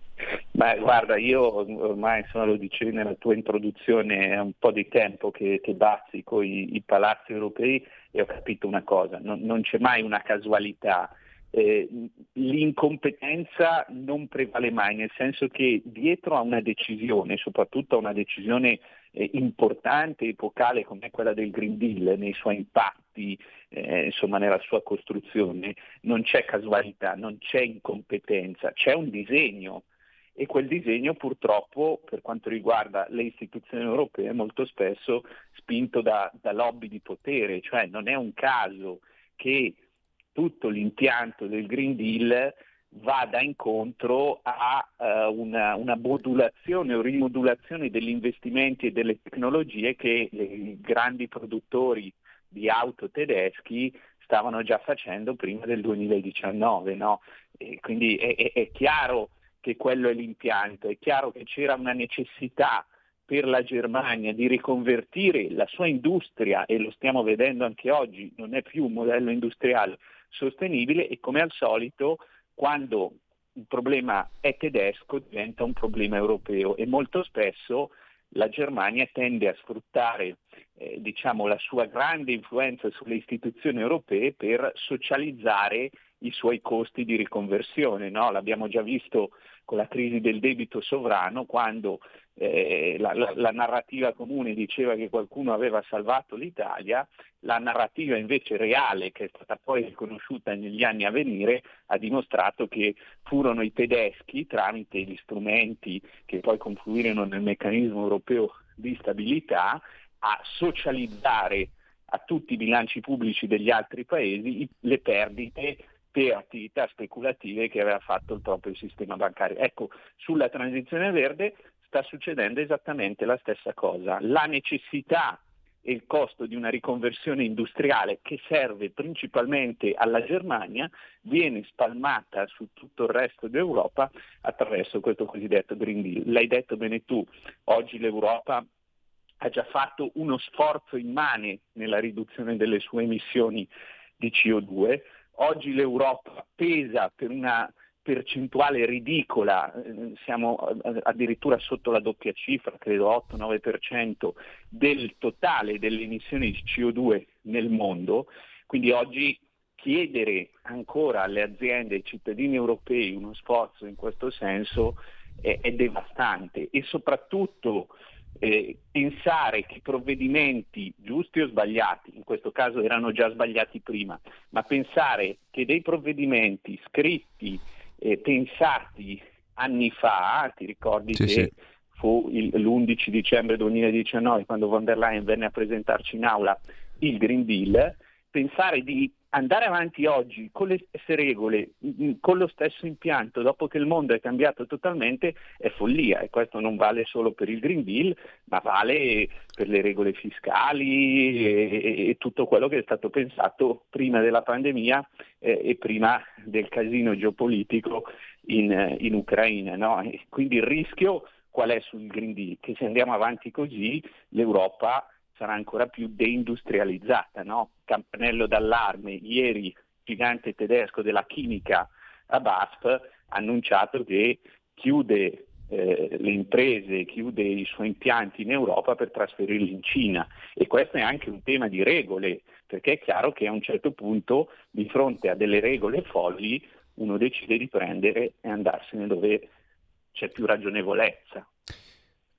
Beh, guarda, io ormai, insomma, lo dicevi nella tua introduzione, è un po' di tempo che, che bazzico i, i palazzi europei e ho capito una cosa, non, non c'è mai una casualità. Eh, l'incompetenza non prevale mai, nel senso che dietro a una decisione, soprattutto a una decisione eh, importante, epocale come quella del Green Deal, nei suoi impatti, eh, insomma nella sua costruzione, non c'è casualità, non c'è incompetenza, c'è un disegno. E quel disegno purtroppo, per quanto riguarda le istituzioni europee, è molto spesso spinto da, da lobby di potere, cioè non è un caso che tutto l'impianto del Green Deal vada incontro a uh, una, una modulazione o rimodulazione degli investimenti e delle tecnologie che i grandi produttori di auto tedeschi stavano già facendo prima del duemiladiciannove, no? E quindi è, è, è chiaro che quello è l'impianto, è chiaro che c'era una necessità per la Germania di riconvertire la sua industria, e lo stiamo vedendo anche oggi, non è più un modello industriale sostenibile, e come al solito quando il problema è tedesco diventa un problema europeo, e molto spesso la Germania tende a sfruttare eh, diciamo, la sua grande influenza sulle istituzioni europee per socializzare i suoi costi di riconversione, no? L'abbiamo già visto con la crisi del debito sovrano, quando eh, la, la, la narrativa comune diceva che qualcuno aveva salvato l'Italia, la narrativa invece reale, che è stata poi riconosciuta negli anni a venire, ha dimostrato che furono i tedeschi, tramite gli strumenti che poi confluirono nel meccanismo europeo di stabilità, a socializzare a tutti i bilanci pubblici degli altri paesi le perdite per attività speculative che aveva fatto il proprio sistema bancario. Ecco, sulla transizione verde sta succedendo esattamente la stessa cosa. La necessità e il costo di una riconversione industriale che serve principalmente alla Germania viene spalmata su tutto il resto d'Europa attraverso questo cosiddetto Green Deal. L'hai detto bene tu, oggi l'Europa ha già fatto uno sforzo immane nella riduzione delle sue emissioni di C O due. Oggi l'Europa pesa per una percentuale ridicola, eh, siamo addirittura sotto la doppia cifra, credo otto nove per cento del totale delle emissioni di C O due nel mondo, quindi oggi chiedere ancora alle aziende e ai cittadini europei uno sforzo in questo senso è, è devastante, e soprattutto Eh, pensare che provvedimenti giusti o sbagliati, in questo caso erano già sbagliati prima, ma pensare che dei provvedimenti scritti, eh, pensati anni fa, ti ricordi sì, che sì. fu il, l'undici dicembre duemiladiciannove quando von der Leyen venne a presentarci in aula il Green Deal, pensare di andare avanti oggi con le stesse regole, con lo stesso impianto, dopo che il mondo è cambiato totalmente, è follia, e questo non vale solo per il Green Deal, ma vale per le regole fiscali e, e tutto quello che è stato pensato prima della pandemia eh, e prima del casino geopolitico in, in Ucraina, no? E quindi il rischio qual è sul Green Deal? Che se andiamo avanti così l'Europa sarà ancora più deindustrializzata, no? Campanello d'allarme, ieri gigante tedesco della chimica a B A S F ha annunciato che chiude eh, le imprese, chiude i suoi impianti in Europa per trasferirli in Cina, e questo è anche un tema di regole, perché è chiaro che a un certo punto di fronte a delle regole folli uno decide di prendere e andarsene dove c'è più ragionevolezza.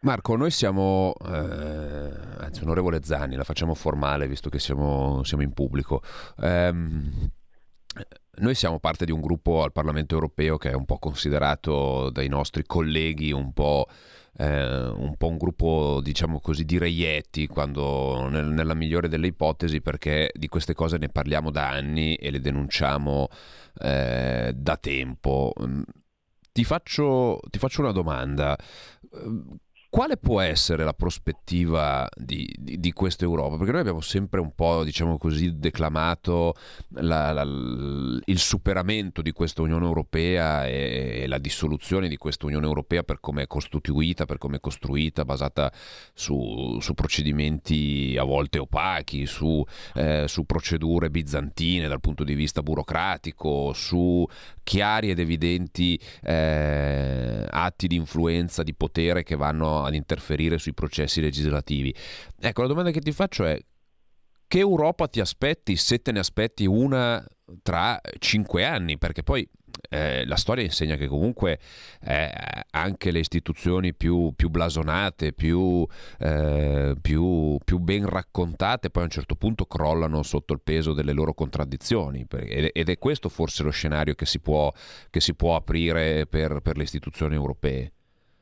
Marco, noi siamo, eh, anzi onorevole Zanni, la facciamo formale visto che siamo, siamo in pubblico. Ehm, noi siamo parte di un gruppo al Parlamento europeo che è un po' considerato dai nostri colleghi un po', eh, un po' un gruppo, diciamo così, di reietti, quando nel, nella migliore delle ipotesi, perché di queste cose ne parliamo da anni e le denunciamo eh, da tempo. Ti faccio, ti faccio una domanda. Quale può essere la prospettiva di, di, di questa Europa? Perché noi abbiamo sempre un po', diciamo così, declamato la, la, il superamento di questa Unione Europea e, e la dissoluzione di questa Unione Europea per come è costituita, per come è costruita, basata su, su procedimenti a volte opachi, su, eh, su procedure bizantine dal punto di vista burocratico, su chiari ed evidenti eh, atti di influenza, di potere che vanno ad interferire sui processi legislativi. Ecco, la domanda che ti faccio è: che Europa ti aspetti, se te ne aspetti una tra cinque anni? Perché poi eh, la storia insegna che comunque eh, anche le istituzioni più, più blasonate, più, eh, più, più ben raccontate, poi a un certo punto crollano sotto il peso delle loro contraddizioni, ed è questo forse lo scenario che si può, che si può aprire per, per le istituzioni europee.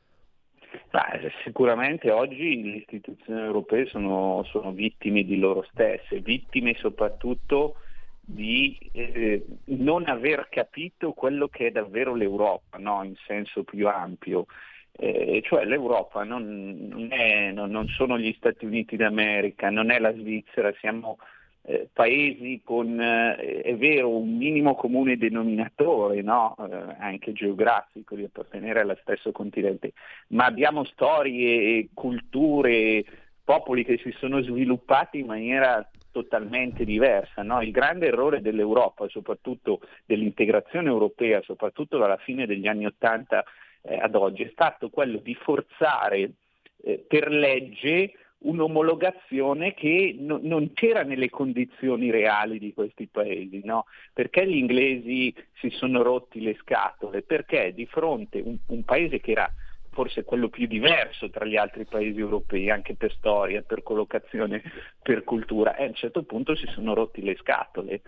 Beh, sicuramente oggi le istituzioni europee sono, sono vittime di loro stesse, vittime soprattutto di eh, non aver capito quello che è davvero l'Europa, no? In senso più ampio. Eh, cioè l'Europa non, non, è, non, non sono gli Stati Uniti d'America, non è la Svizzera, siamo eh, paesi con, eh, è vero, un minimo comune denominatore, no? eh, anche geografico, di appartenere allo stesso continente, ma abbiamo storie, culture, popoli che si sono sviluppati in maniera totalmente diversa, no? Il grande errore dell'Europa, soprattutto dell'integrazione europea, soprattutto dalla fine degli anni Ottanta eh, ad oggi, è stato quello di forzare eh, per legge un'omologazione che no, non c'era nelle condizioni reali di questi paesi, no? Perché gli inglesi si sono rotti le scatole? Perché di fronte a un, un paese che era forse quello più diverso tra gli altri paesi europei, anche per storia, per collocazione, per cultura, e a un certo punto si sono rotti le scatole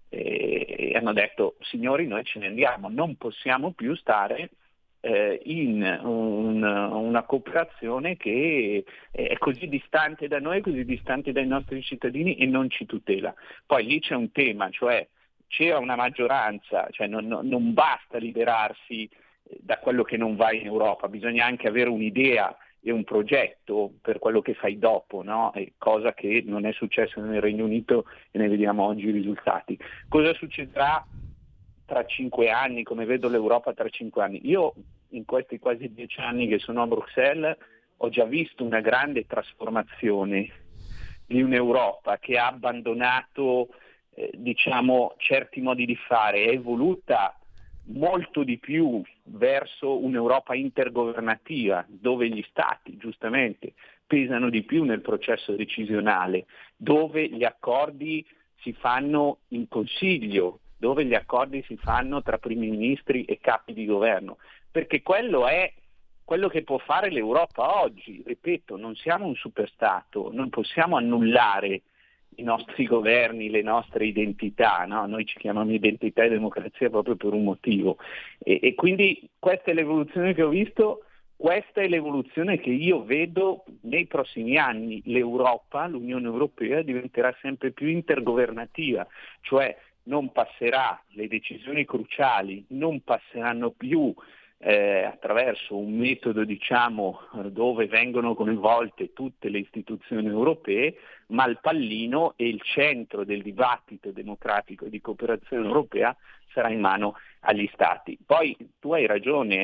e, e hanno detto: signori, noi ce ne andiamo, non possiamo più stare eh, in un, una cooperazione che è così distante da noi, così distante dai nostri cittadini e non ci tutela. Poi lì c'è un tema, cioè c'era una maggioranza, cioè non, non basta liberarsi da quello che non va in Europa, bisogna anche avere un'idea e un progetto per quello che fai dopo, no? E cosa che non è successo nel Regno Unito e ne vediamo oggi i risultati. Cosa succederà tra cinque anni, come vedo l'Europa tra cinque anni? Io in questi quasi dieci anni che sono a Bruxelles ho già visto una grande trasformazione di un'Europa che ha abbandonato eh, diciamo certi modi di fare, è evoluta molto di più verso un'Europa intergovernativa, dove gli stati giustamente pesano di più nel processo decisionale, dove gli accordi si fanno in Consiglio, dove gli accordi si fanno tra primi ministri e capi di governo, perché quello è quello che può fare l'Europa oggi. Ripeto, non siamo un superstato, non possiamo annullare i nostri governi, le nostre identità, no? Noi ci chiamiamo identità e democrazia proprio per un motivo e, e quindi questa è l'evoluzione che ho visto, questa è l'evoluzione che io vedo nei prossimi anni. L'Europa, l'Unione Europea diventerà sempre più intergovernativa, cioè non passerà, le decisioni cruciali non passeranno più Eh, attraverso un metodo diciamo dove vengono coinvolte tutte le istituzioni europee, ma il pallino e il centro del dibattito democratico e di cooperazione europea sarà in mano agli Stati. Poi tu hai ragione,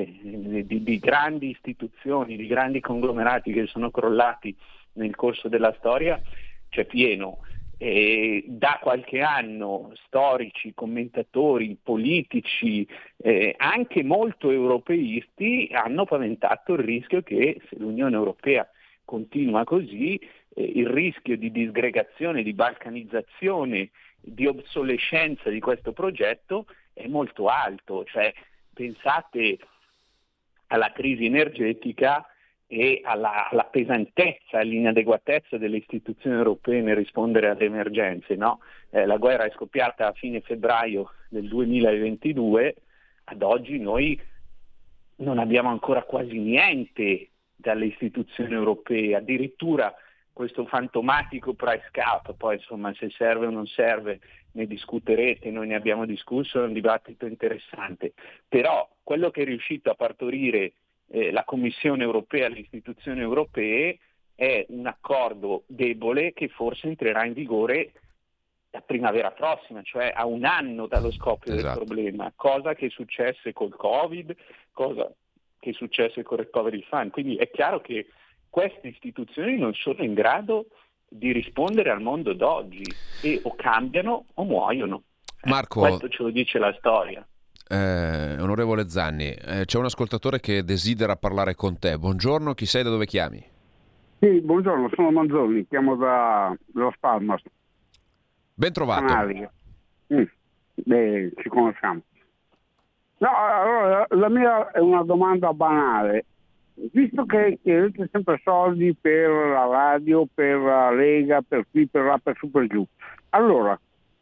eh, di, di grandi istituzioni, di grandi conglomerati che sono crollati nel corso della storia c'è pieno. Eh, da qualche anno storici, commentatori, politici, eh, anche molto europeisti hanno paventato il rischio che se l'Unione Europea continua così, eh, il rischio di disgregazione, di balcanizzazione, di obsolescenza di questo progetto è molto alto. Cioè, pensate alla crisi energetica e alla, alla pesantezza, all'inadeguatezza delle istituzioni europee nel rispondere alle emergenze, no? Eh, la guerra è scoppiata a fine febbraio del duemilaventidue, ad oggi noi non abbiamo ancora quasi niente dalle istituzioni europee, addirittura questo fantomatico price cap, poi insomma se serve o non serve ne discuterete, noi ne abbiamo discusso, è un dibattito interessante, però quello che è riuscito a partorire eh, la Commissione europea, le istituzioni europee, è un accordo debole che forse entrerà in vigore la primavera prossima, cioè a un anno dallo scoppio esatto. del problema, cosa che successe col Covid, cosa che successe col Recovery Fund, quindi è chiaro che queste istituzioni non sono in grado di rispondere al mondo d'oggi e o cambiano o muoiono. Marco, questo ce lo dice la storia. Eh, onorevole Zanni, eh, c'è un ascoltatore che desidera parlare con te. Buongiorno, chi sei, da dove chiami? Sì, buongiorno, sono Manzoni, chiamo da Los Palmas. Ben trovato. Mm, beh, ci conosciamo. No, allora, la mia è una domanda banale. Visto che chiedete sempre soldi per la radio, per la Lega, per qui, per là, per su, per giù, allora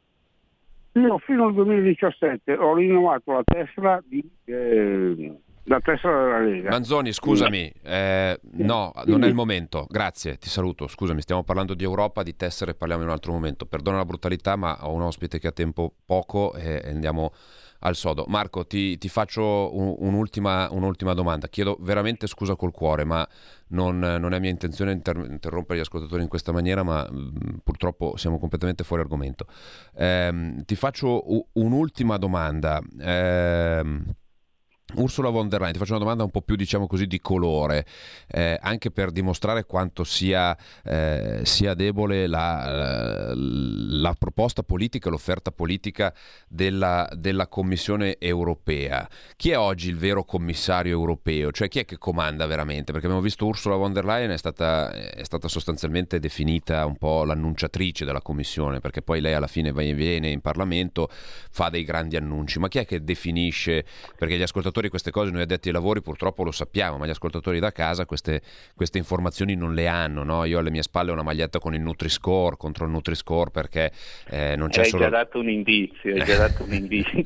io fino al duemiladiciassette ho rinnovato la tessera di eh, la tessera della Lega. Manzoni, scusami, eh, no, non è il momento, grazie, ti saluto, scusami, stiamo parlando di Europa, di tessere, parliamo in un altro momento, perdona la brutalità ma ho un ospite che ha tempo poco e andiamo al sodo. Marco, ti, ti faccio un, un'ultima, un'ultima domanda, chiedo veramente scusa col cuore, ma non, non è mia intenzione inter- interrompere gli ascoltatori in questa maniera, ma mh, purtroppo siamo completamente fuori argomento. Ehm, ti faccio u- un'ultima domanda. Ehm, Ursula von der Leyen, ti faccio una domanda un po' più, diciamo così, di colore, eh, anche per dimostrare quanto sia, eh, sia debole la, la proposta politica, l'offerta politica della, della Commissione europea. Chi è oggi il vero commissario europeo? Cioè chi è che comanda veramente? Perché abbiamo visto Ursula von der Leyen è stata, è stata sostanzialmente definita un po' l'annunciatrice della Commissione, perché poi lei alla fine va e viene in Parlamento, fa dei grandi annunci, ma chi è che definisce? Perché gli ascoltatori queste cose, noi addetti ai lavori purtroppo lo sappiamo, ma gli ascoltatori da casa queste, queste informazioni non le hanno, no? Io alle mie spalle ho una maglietta con il Nutri-Score, contro il Nutri-Score, perché eh, non c'è hai solo... già dato un indizio, hai già dato un indizio.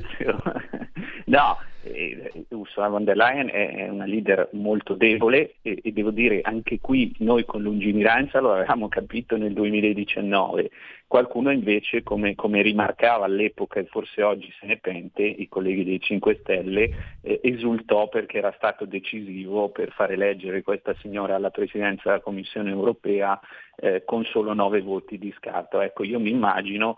No, eh, Ursula von der Leyen è una leader molto debole e, e devo dire anche qui noi con lungimiranza lo avevamo capito nel duemiladiciannove. Qualcuno invece, come, come rimarcava all'epoca e forse oggi se ne pente, i colleghi dei cinque Stelle, eh, esultò perché era stato decisivo per far eleggere questa signora alla presidenza della Commissione europea eh, con solo nove voti di scarto. Ecco, io mi immagino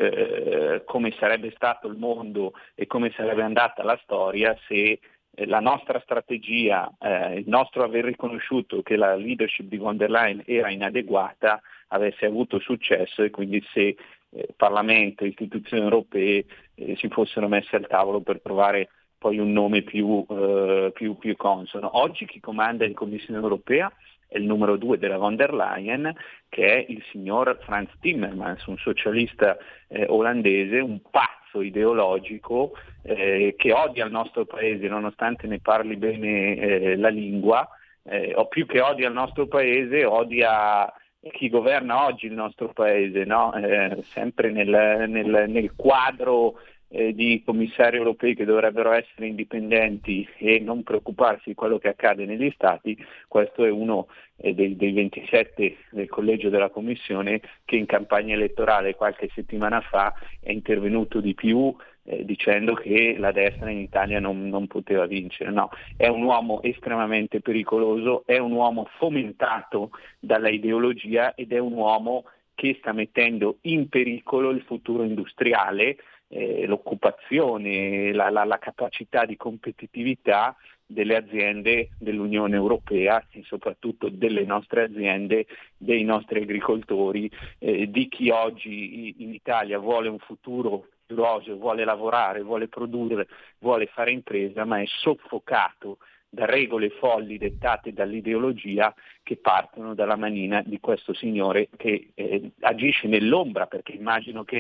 eh, come sarebbe stato il mondo e come sarebbe andata la storia se eh, la nostra strategia, eh, il nostro aver riconosciuto che la leadership di von der Leyen era inadeguata, avesse avuto successo e quindi se eh, Parlamento e istituzioni europee eh, si fossero messe al tavolo per trovare poi un nome più, eh, più, più consono. Oggi chi comanda in Commissione europea è il numero due della von der Leyen, che è il signor Frans Timmermans, un socialista eh, olandese, un pazzo ideologico eh, che odia il nostro paese nonostante ne parli bene eh, la lingua, eh, o più che odia il nostro paese, odia chi governa oggi il nostro paese, no? eh, sempre nel, nel, nel quadro eh, di commissari europei che dovrebbero essere indipendenti e non preoccuparsi di quello che accade negli Stati. Questo è uno eh, dei, dei ventisette del collegio della Commissione che in campagna elettorale qualche settimana fa è intervenuto di più eh, dicendo che la destra in Italia non, non poteva vincere. No, è un uomo estremamente pericoloso, è un uomo fomentato dalla ideologia ed è un uomo che sta mettendo in pericolo il futuro industriale, eh, l'occupazione, la, la, la capacità di competitività delle aziende dell'Unione Europea e soprattutto delle nostre aziende, dei nostri agricoltori, eh, di chi oggi in Italia vuole un futuro roseo, vuole lavorare, vuole produrre, vuole fare impresa, ma è soffocato da regole folli dettate dall'ideologia che partono dalla manina di questo signore che eh, agisce nell'ombra, perché immagino che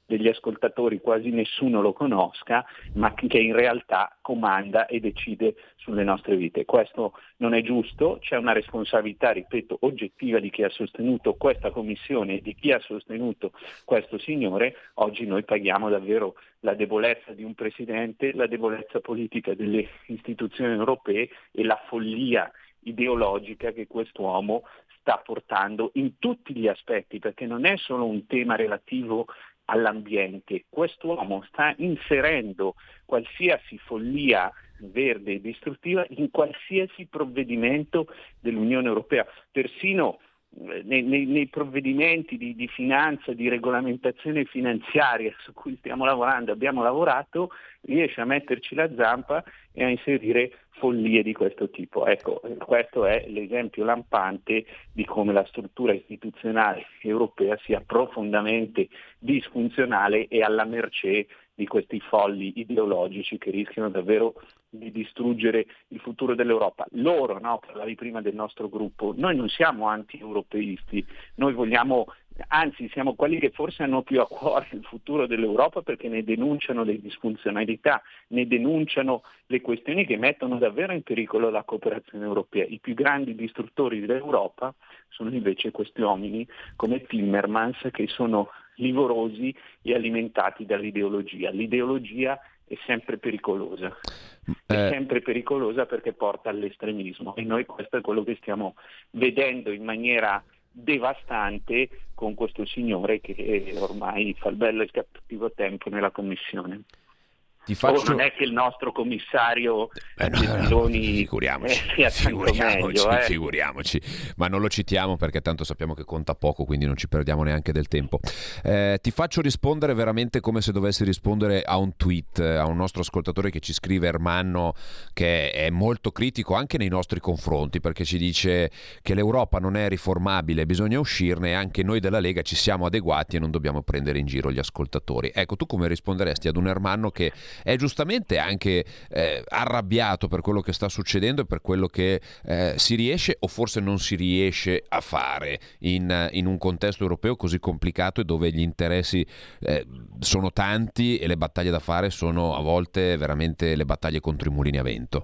degli ascoltatori quasi nessuno lo conosca, ma che in realtà comanda e decide sulle nostre vite. Questo non è giusto, c'è una responsabilità, ripeto, oggettiva di chi ha sostenuto questa commissione e di chi ha sostenuto questo signore. Oggi noi paghiamo davvero la debolezza di un presidente, la debolezza politica delle istituzioni europee e la follia ideologica che quest'uomo sta portando in tutti gli aspetti, perché non è solo un tema relativo all'ambiente. Quest'uomo sta inserendo qualsiasi follia verde e distruttiva in qualsiasi provvedimento dell'Unione Europea, persino nei, nei, nei provvedimenti di, di finanza, di regolamentazione finanziaria su cui stiamo lavorando, abbiamo lavorato, riesce a metterci la zampa e a inserire follie di questo tipo. Ecco, questo è l'esempio lampante di come la struttura istituzionale europea sia profondamente disfunzionale e alla mercé di questi folli ideologici che rischiano davvero di distruggere il futuro dell'Europa. Loro, no, parlavi prima del nostro gruppo, noi non siamo anti-europeisti, noi vogliamo, anzi siamo quelli che forse hanno più a cuore il futuro dell'Europa, perché ne denunciano le disfunzionalità, ne denunciano le questioni che mettono davvero in pericolo la cooperazione europea. I più grandi distruttori dell'Europa sono invece questi uomini come Timmermans, che sono livorosi e alimentati dall'ideologia. L'ideologia è sempre pericolosa, è eh. sempre pericolosa perché porta all'estremismo, e noi questo è quello che stiamo vedendo in maniera devastante con questo signore che ormai fa il bello e il cattivo tempo nella Commissione. Ti faccio... Oh, non è che il nostro commissario eh no, Gentiloni no, figuriamoci, eh, sia tanto figuriamoci, meglio, eh. figuriamoci, ma non lo citiamo perché tanto sappiamo che conta poco, quindi non ci perdiamo neanche del tempo. Eh, ti faccio rispondere veramente come se dovessi rispondere a un tweet, a un nostro ascoltatore che ci scrive, Ermanno, che è molto critico anche nei nostri confronti, perché ci dice che l'Europa non è riformabile, bisogna uscirne, e anche noi della Lega ci siamo adeguati e non dobbiamo prendere in giro gli ascoltatori. Ecco, tu come risponderesti ad un Ermanno che è giustamente anche eh, arrabbiato per quello che sta succedendo e per quello che eh, si riesce o forse non si riesce a fare in, in un contesto europeo così complicato e dove gli interessi eh, sono tanti e le battaglie da fare sono a volte veramente le battaglie contro i mulini a vento?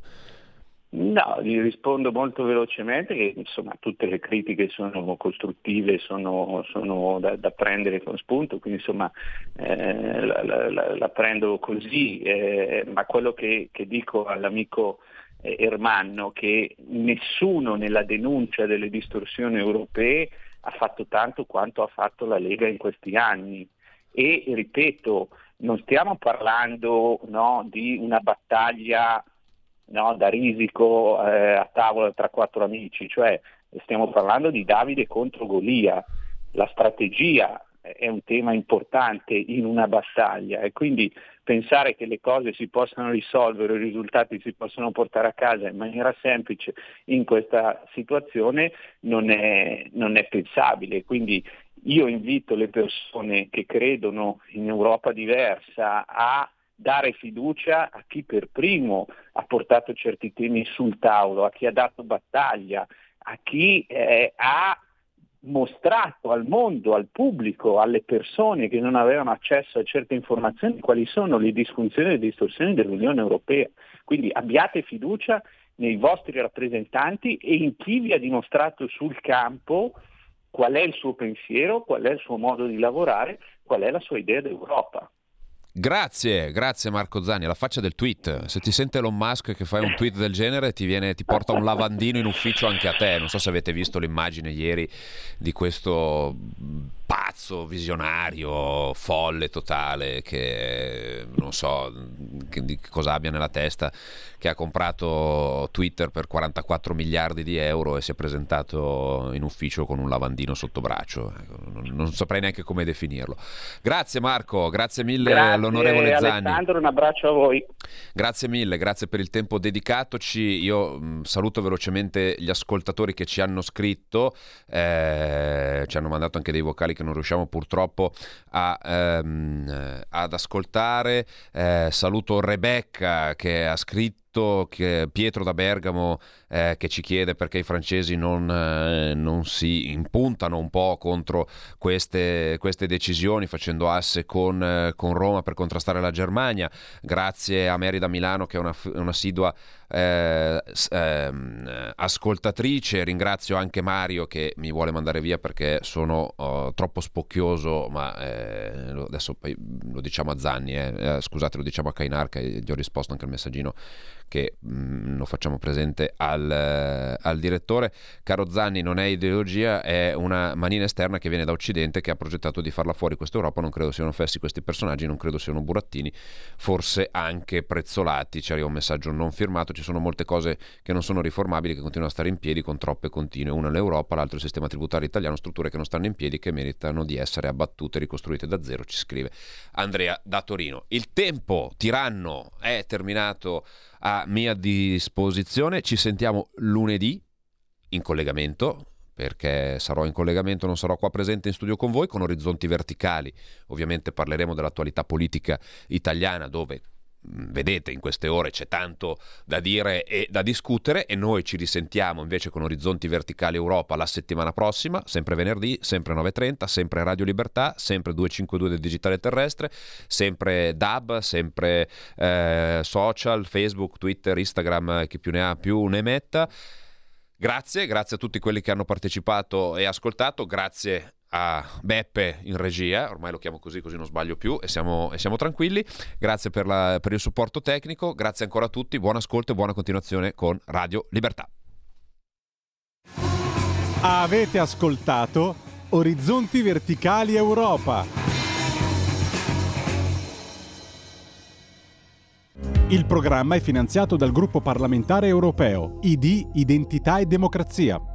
No, gli rispondo molto velocemente che insomma tutte le critiche sono costruttive, sono, sono da, da prendere con spunto, quindi insomma eh, la, la, la prendo così, eh, ma quello che, che dico all'amico eh, Ermanno, che nessuno nella denuncia delle distorsioni europee ha fatto tanto quanto ha fatto la Lega in questi anni, e ripeto, non stiamo parlando, no, di una battaglia, no, da risico eh, a tavola tra quattro amici, cioè stiamo parlando di Davide contro Golia. La strategia è un tema importante in una battaglia, e quindi pensare che le cose si possano risolvere, i risultati si possono portare a casa in maniera semplice in questa situazione non è, non è pensabile. Quindi io invito le persone che credono in Europa diversa a dare fiducia a chi per primo ha portato certi temi sul tavolo, a chi ha dato battaglia, a chi eh, ha mostrato al mondo, al pubblico, alle persone che non avevano accesso a certe informazioni quali sono le disfunzioni e le distorsioni dell'Unione Europea. Quindi abbiate fiducia nei vostri rappresentanti e in chi vi ha dimostrato sul campo qual è il suo pensiero, qual è il suo modo di lavorare, qual è la sua idea d'Europa. Grazie, grazie Marco Zanni, alla faccia del tweet. Se ti sente Elon Musk che fai un tweet del genere ti viene, ti porta un lavandino in ufficio anche a te. Non so se avete visto l'immagine ieri di questo pazzo, visionario, folle totale, che non so che, di cosa abbia nella testa, che ha comprato Twitter per quarantaquattro miliardi di euro e si è presentato in ufficio con un lavandino sotto braccio. Non, non saprei neanche come definirlo. Grazie Marco, grazie mille. Grazie, all'onorevole Zanni. Alessandro, un abbraccio a voi. Grazie mille, grazie per il tempo dedicatoci. Io mh, saluto velocemente gli ascoltatori che ci hanno scritto, eh, ci hanno mandato anche dei vocali che non riusciamo purtroppo a, ehm, ad ascoltare. Eh, saluto Rebecca che ha scritto scritto che Pietro da Bergamo eh, che ci chiede perché i francesi non, eh, non si impuntano un po' contro queste, queste decisioni, facendo asse con, eh, con Roma per contrastare la Germania. Grazie a Mary da Milano, che è una, un'assidua eh, eh, ascoltatrice. Ringrazio anche Mario, che mi vuole mandare via perché sono oh, troppo spocchioso, ma eh, adesso poi lo diciamo a Zanni, eh. Eh, scusate, lo diciamo a Kainar, che gli ho risposto anche il messaggino che mh, lo facciamo presente al, eh, al direttore. Caro Zanni, non è ideologia, è una manina esterna che viene da Occidente, che ha progettato di farla fuori questa Europa. Non credo siano fessi questi personaggi, non credo siano burattini, forse anche prezzolati. Ci arriva un messaggio non firmato. Ci sono molte cose che non sono riformabili, che continuano a stare in piedi con troppe continue. Una l'Europa, l'altro il sistema tributario italiano, strutture che non stanno in piedi, che meritano di essere abbattute e ricostruite da zero, ci scrive Andrea da Torino. Il tempo tiranno è terminato a mia disposizione. Ci sentiamo lunedì in collegamento, perché sarò in collegamento, non sarò qua presente in studio con voi, con Orizzonti Verticali. Ovviamente parleremo dell'attualità politica italiana, dove vedete in queste ore c'è tanto da dire e da discutere, e noi ci risentiamo invece con Orizzonti Verticali Europa la settimana prossima, sempre venerdì, sempre nove e trenta, sempre Radio Libertà, sempre duecentocinquantadue del digitale terrestre, sempre D A B, sempre eh, social, Facebook, Twitter, Instagram, chi più ne ha più ne metta. Grazie, grazie a tutti quelli che hanno partecipato e ascoltato, grazie a Beppe in regia, ormai lo chiamo così così non sbaglio più, e siamo, e siamo tranquilli. Grazie per, la, per il supporto tecnico, grazie ancora a tutti, buon ascolto e buona continuazione con Radio Libertà. Avete ascoltato Orizzonti Verticali Europa. Il programma è finanziato dal gruppo parlamentare europeo I D Identità e Democrazia.